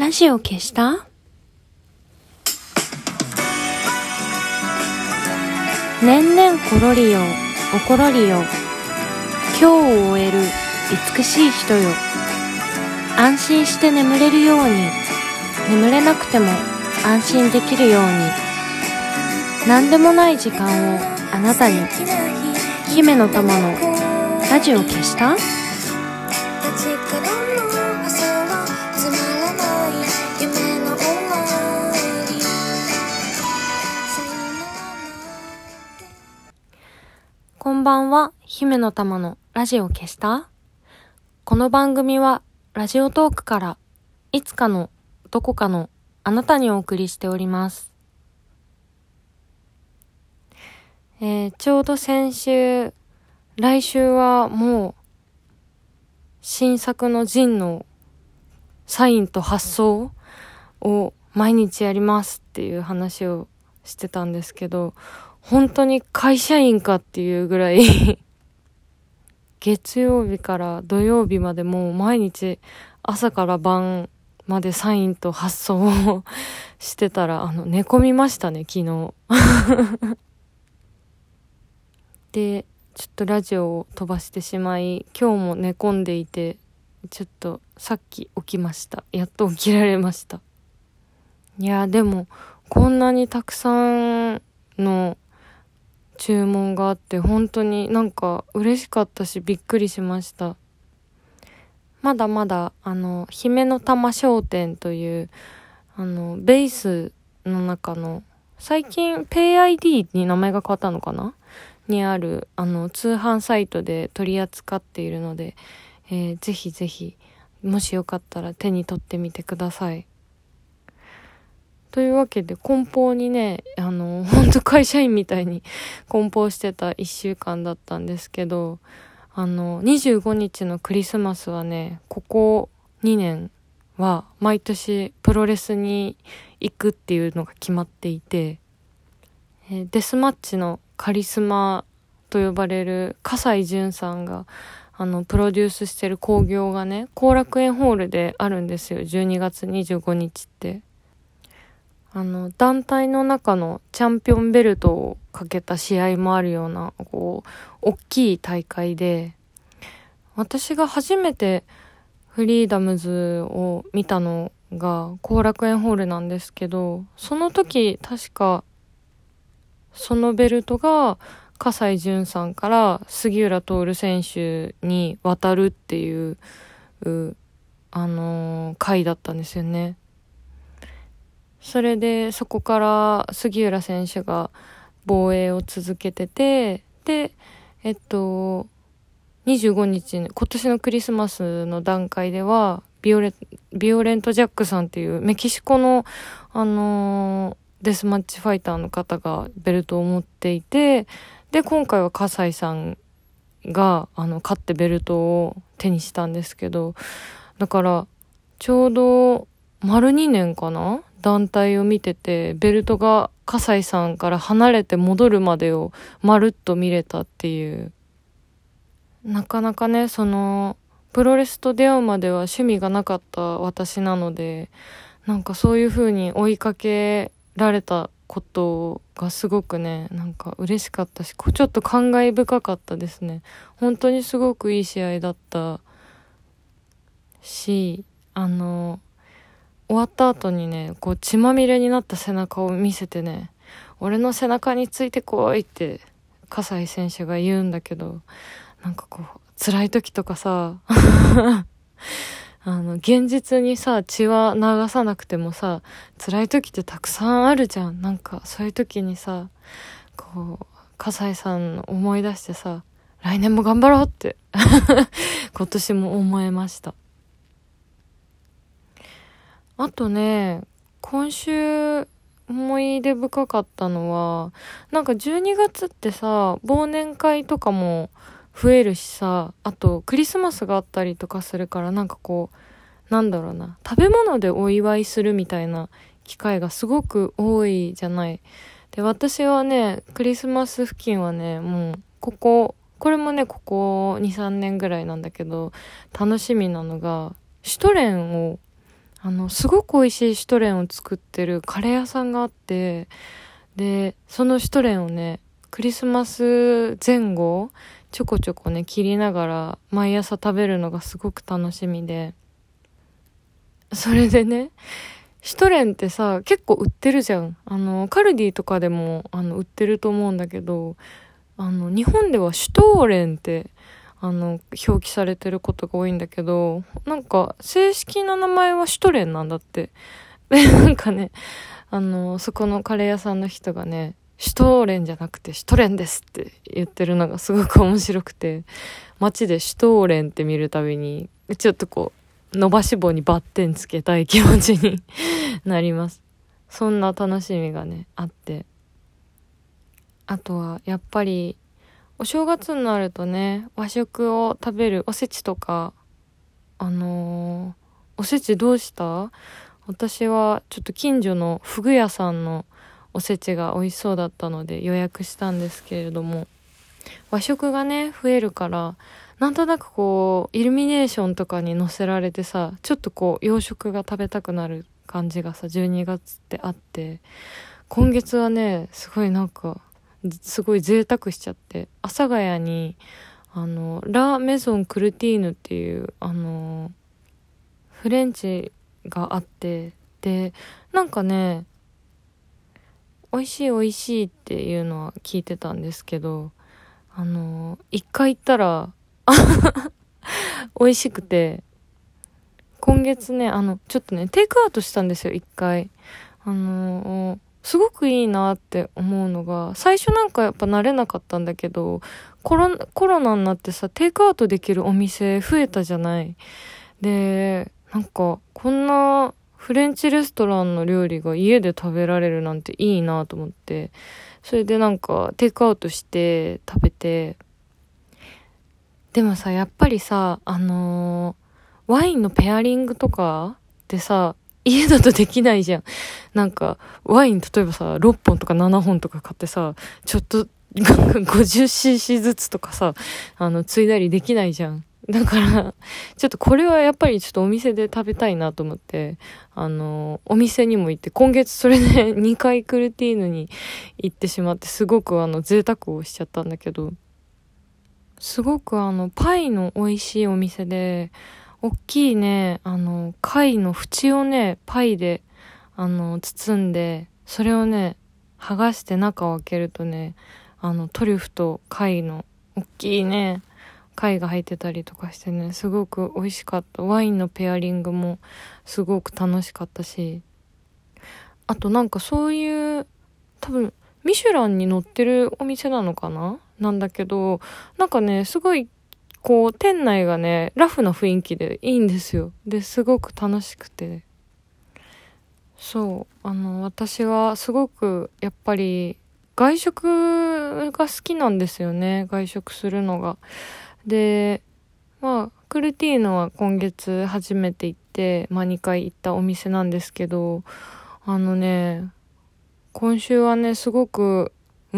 ラジオ消した？年々ころりよおころりよ、今日を終える美しい人よ。安心して眠れるように、眠れなくても安心できるように、何でもない時間をあなたに。姫の玉のラジオ消した？こんばんは、姫の玉のラジオ消した？この番組はラジオトークからいつかのどこかのあなたにお送りしております。ちょうど先週、来週はもう新作のジンのサインと発送を毎日やりますっていう話をしてたんですけど、本当に会社員かっていうぐらい月曜日から土曜日までもう毎日朝から晩までサインと発送をしてたら寝込みましたね、昨日でちょっとラジオを飛ばしてしまい、今日も寝込んでいて、ちょっとさっき起きました。やっと起きられました。いやでもこんなにたくさんの注文があって本当になんか嬉しかったし、びっくりしました。まだまだ姫の玉商店というベースの中の、最近 PayID に名前が変わったのかなにある通販サイトで取り扱っているので、ぜひぜひもしよかったら手に取ってみてください。というわけで梱包にね、ほんと会社員みたいに梱包してた1週間だったんですけど、25日のクリスマスはね、ここ2年は毎年プロレスに行くっていうのが決まっていて、デスマッチのカリスマと呼ばれる葛西潤さんがプロデュースしてる興行がね、後楽園ホールであるんですよ、12月25日って。団体の中のチャンピオンベルトをかけた試合もあるような、大きい大会で、私が初めてフリーダムズを見たのが後楽園ホールなんですけど、その時確かそのベルトが葛西潤さんから杉浦徹選手に渡るっていう回だったんですよね。それでそこから杉浦選手が防衛を続けてて、で25日、今年のクリスマスの段階ではビオレント・ジャックさんっていうメキシコのデスマッチファイターの方がベルトを持っていて、で今回は葛西さんが勝ってベルトを手にしたんですけど、だからちょうど丸2年かな、団体を見てて、ベルトが葛西さんから離れて戻るまでをまるっと見れたっていう。なかなかね、プロレスと出会うまでは趣味がなかった私なので、なんかそういう風に追いかけられたことがすごくね、なんか嬉しかったし、ちょっと感慨深かったですね。本当にすごくいい試合だったし、終わった後にね、血まみれになった背中を見せてね、俺の背中についてこいって葛西選手が言うんだけど、なんか辛い時とかさ現実にさ血は流さなくてもさ、辛い時ってたくさんあるじゃん。なんかそういう時にさ、葛西さん思い出してさ、来年も頑張ろうって今年も思えました。あとね、今週思い出深かったのは、なんか12月ってさ、忘年会とかも増えるしさ、あとクリスマスがあったりとかするから、なんかなんだろうな、食べ物でお祝いするみたいな機会がすごく多いじゃない。で、私はね、クリスマス付近はね、もうこれもね、ここ2、3年ぐらいなんだけど、楽しみなのが、シュトレンをすごく美味しいシュトレンを作ってるカレー屋さんがあって、で、そのシュトレンをね、クリスマス前後、ちょこちょこね、切りながら、毎朝食べるのがすごく楽しみで、それでね、シュトレンってさ、結構売ってるじゃん。カルディとかでも、売ってると思うんだけど、日本ではシュトーレンって、表記されてることが多いんだけど、なんか、正式な名前はシュトレンなんだって。で、なんかね、そこのカレー屋さんの人がね、シュトーレンじゃなくてシュトレンですって言ってるのがすごく面白くて、街でシュトーレンって見るたびに、ちょっとこう、伸ばし棒にバッテンつけたい気持ちになります。そんな楽しみがね、あって。あとは、やっぱり、お正月になるとね、和食を食べるおせちとか、おせちどうした？私はちょっと近所のフグ屋さんのおせちが美味しそうだったので予約したんですけれども、和食がね、増えるから、なんとなくこう、イルミネーションとかに載せられてさ、ちょっとこう、洋食が食べたくなる感じがさ、12月ってあって、今月はね、すごいなんか、すごい贅沢しちゃって、阿佐ヶ谷に、ラ・メゾン・クルティーヌっていう、フレンチがあって、で、なんかね、美味しい美味しいっていうのは聞いてたんですけど、一回行ったら美味しくて、今月ね、ちょっとね、テイクアウトしたんですよ、一回。すごくいいなって思うのが、最初なんかやっぱ慣れなかったんだけど、コロナになってさ、テイクアウトできるお店増えたじゃない。で、なんか、こんなフレンチレストランの料理が家で食べられるなんていいなと思って、それでなんかテイクアウトして食べて、でもさ、やっぱりさ、ワインのペアリングとかってさ、家だとできないじゃん。なんか、ワイン、例えばさ、6本とか7本とか買ってさ、ちょっと、50cc ずつとかさ、ついだりできないじゃん。だから、ちょっとこれはやっぱりちょっとお店で食べたいなと思って、お店にも行って、今月それで2回クルティーヌに行ってしまって、すごく贅沢をしちゃったんだけど、すごくパイの美味しいお店で、大きいね、貝の縁をね、パイで、包んで、それをね、剥がして中を開けるとね、トリュフと貝の大きいね、貝が入ってたりとかしてね、すごく美味しかった。ワインのペアリングもすごく楽しかったし、あとなんかそういう、多分、ミシュランに載ってるお店なのかななんだけど、なんかね、すごい、こう、店内がね、ラフな雰囲気でいいんですよ。で、すごく楽しくて。そう、私はすごく、やっぱり、外食が好きなんですよね。外食するのが。で、まあ、クルティーノは今月初めて行って、まあ2回行ったお店なんですけど、ね、今週はね、すごく、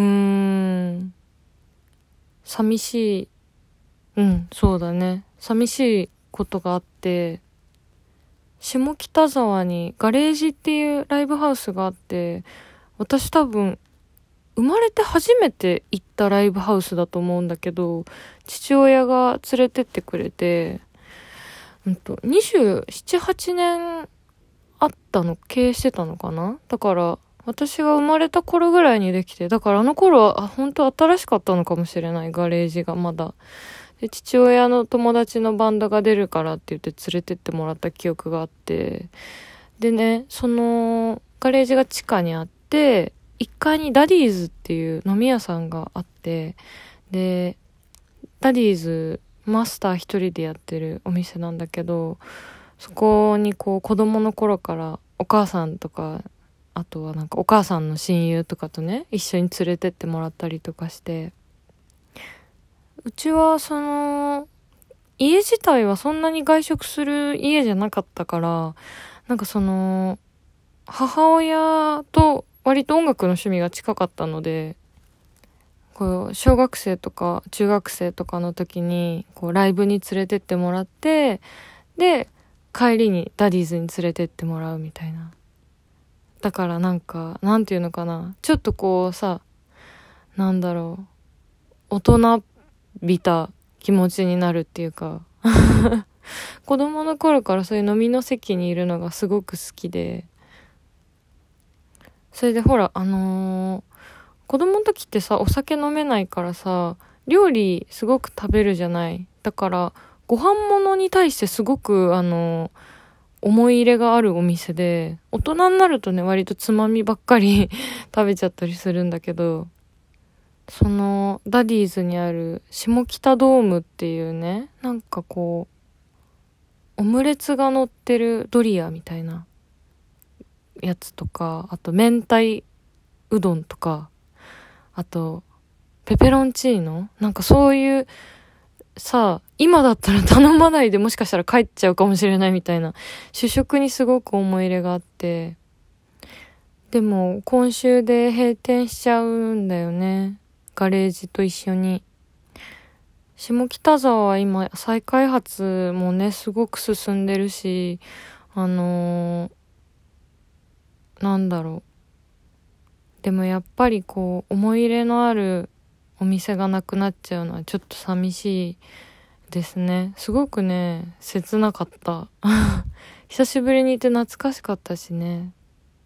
寂しい、そうだね。寂しいことがあって、下北沢にガレージっていうライブハウスがあって、私多分、生まれて初めて行ったライブハウスだと思うんだけど、父親が連れてってくれて、27、8年あったの、経営してたのかな。だから、私が生まれた頃ぐらいにできて、だからあの頃は、本当新しかったのかもしれない、ガレージがまだ。で、父親の友達のバンドが出るからって言って連れてってもらった記憶があって、でね、その、ガレージが地下にあって、1階にダディーズっていう飲み屋さんがあって、で、ダディーズ、マスター一人でやってるお店なんだけど、そこにこう子供の頃からお母さんとか、あとはなんかお母さんの親友とかとね、一緒に連れてってもらったりとかして、うちはその、家自体はそんなに外食する家じゃなかったから、なんかその、母親と割と音楽の趣味が近かったので、こう、小学生とか中学生とかの時に、こう、ライブに連れてってもらって、で、 帰りにダディーズに連れてってもらうみたいな。だからなんか、なんていうのかな。ちょっとこうさ、なんだろう。大人びた気持ちになるっていうか。子供の頃からそういう飲みの席にいるのがすごく好きで。それでほら、子供の時ってさ、お酒飲めないからさ、料理すごく食べるじゃない。だから、ご飯物に対してすごく、思い入れがあるお店で、大人になるとね、割とつまみばっかり食べちゃったりするんだけど、その、ダディーズにある下北ドームっていうね、なんかこう、オムレツが乗ってるドリアみたいなやつとか、あと明太うどんとか、あと、ペペロンチーノなんかそういうさ、今だったら頼まないでもしかしたら帰っちゃうかもしれないみたいな主食にすごく思い入れがあって、でも今週で閉店しちゃうんだよね。ガレージと一緒に。下北沢は今再開発もねすごく進んでるし、なんだろう。でもやっぱりこう思い入れのあるお店がなくなっちゃうのはちょっと寂しいですね。すごくね、切なかった。久しぶりにいて懐かしかったしね。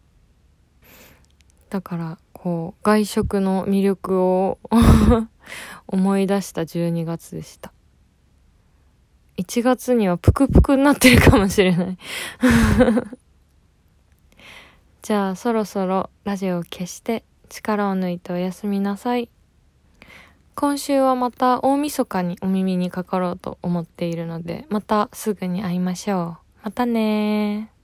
だから、こう、外食の魅力を思い出した12月でした。1月にはプクプクになってるかもしれない。じゃあ、そろそろラジオを消して力を抜いておやすみなさい。今週はまた大晦日にお耳にかかろうと思っているので、またすぐに会いましょう。またねー。